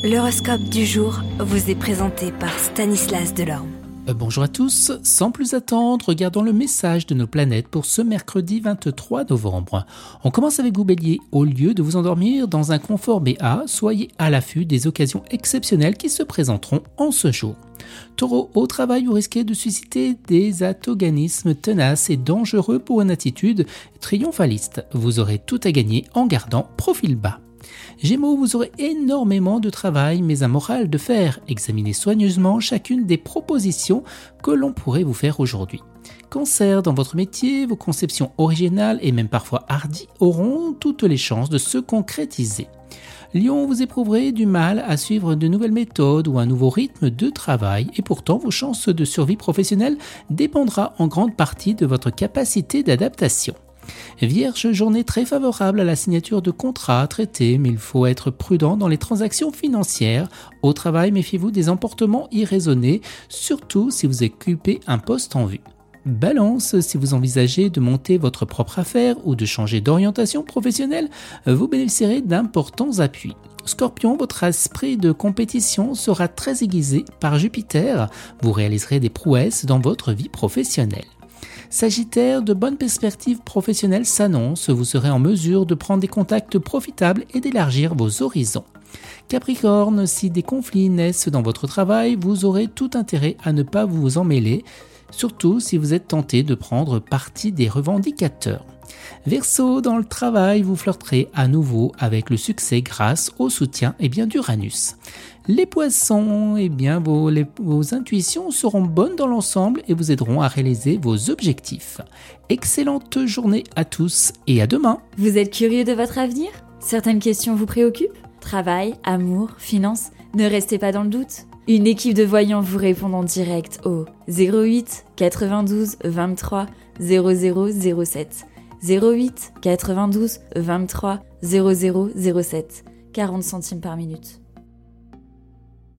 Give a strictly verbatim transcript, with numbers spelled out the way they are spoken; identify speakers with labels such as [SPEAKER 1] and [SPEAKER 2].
[SPEAKER 1] L'horoscope du jour vous est présenté par Stanislas Delorme.
[SPEAKER 2] Euh, bonjour à tous, sans plus attendre, regardons le message de nos planètes pour ce mercredi vingt-trois novembre. On commence avec vous Bélier, au lieu de vous endormir dans un confort B A, soyez à l'affût des occasions exceptionnelles qui se présenteront en ce jour. Taureau, au travail, vous risquez de susciter des antagonismes tenaces et dangereux pour une attitude triomphaliste. Vous aurez tout à gagner en gardant profil bas. Gémeaux, vous aurez énormément de travail, mais un moral de fer. Examinez soigneusement chacune des propositions que l'on pourrait vous faire aujourd'hui. Cancer, dans votre métier, vos conceptions originales et même parfois hardies auront toutes les chances de se concrétiser. Lion, vous éprouverez du mal à suivre de nouvelles méthodes ou un nouveau rythme de travail et pourtant vos chances de survie professionnelle dépendra en grande partie de votre capacité d'adaptation. Vierge, journée très favorable à la signature de contrats, traités, mais il faut être prudent dans les transactions financières. Au travail, méfiez-vous des emportements irraisonnés, surtout si vous occupez un poste en vue. Balance, si vous envisagez de monter votre propre affaire ou de changer d'orientation professionnelle, vous bénéficierez d'importants appuis. Scorpion, votre esprit de compétition sera très aiguisé par Jupiter, vous réaliserez des prouesses dans votre vie professionnelle. Sagittaire, de bonnes perspectives professionnelles s'annoncent, vous serez en mesure de prendre des contacts profitables et d'élargir vos horizons. Capricorne, si des conflits naissent dans votre travail, vous aurez tout intérêt à ne pas vous en mêler, surtout si vous êtes tenté de prendre parti des revendicateurs. Verseau, dans le travail, vous flirterez à nouveau avec le succès grâce au soutien et bien d'Uranus. Les poissons, eh bien vos, les, vos intuitions seront bonnes dans l'ensemble et vous aideront à réaliser vos objectifs. Excellente journée à tous et à demain.
[SPEAKER 3] Vous êtes curieux de votre avenir ? Certaines questions vous préoccupent ? Travail, amour, finances ? Ne restez pas dans le doute. Une équipe de voyants vous répond en direct au zéro huit quatre-vingt-douze vingt-trois zéro zéro zéro sept. zéro huit quatre-vingt-douze vingt-trois zéro zéro zéro sept. quarante centimes par minute.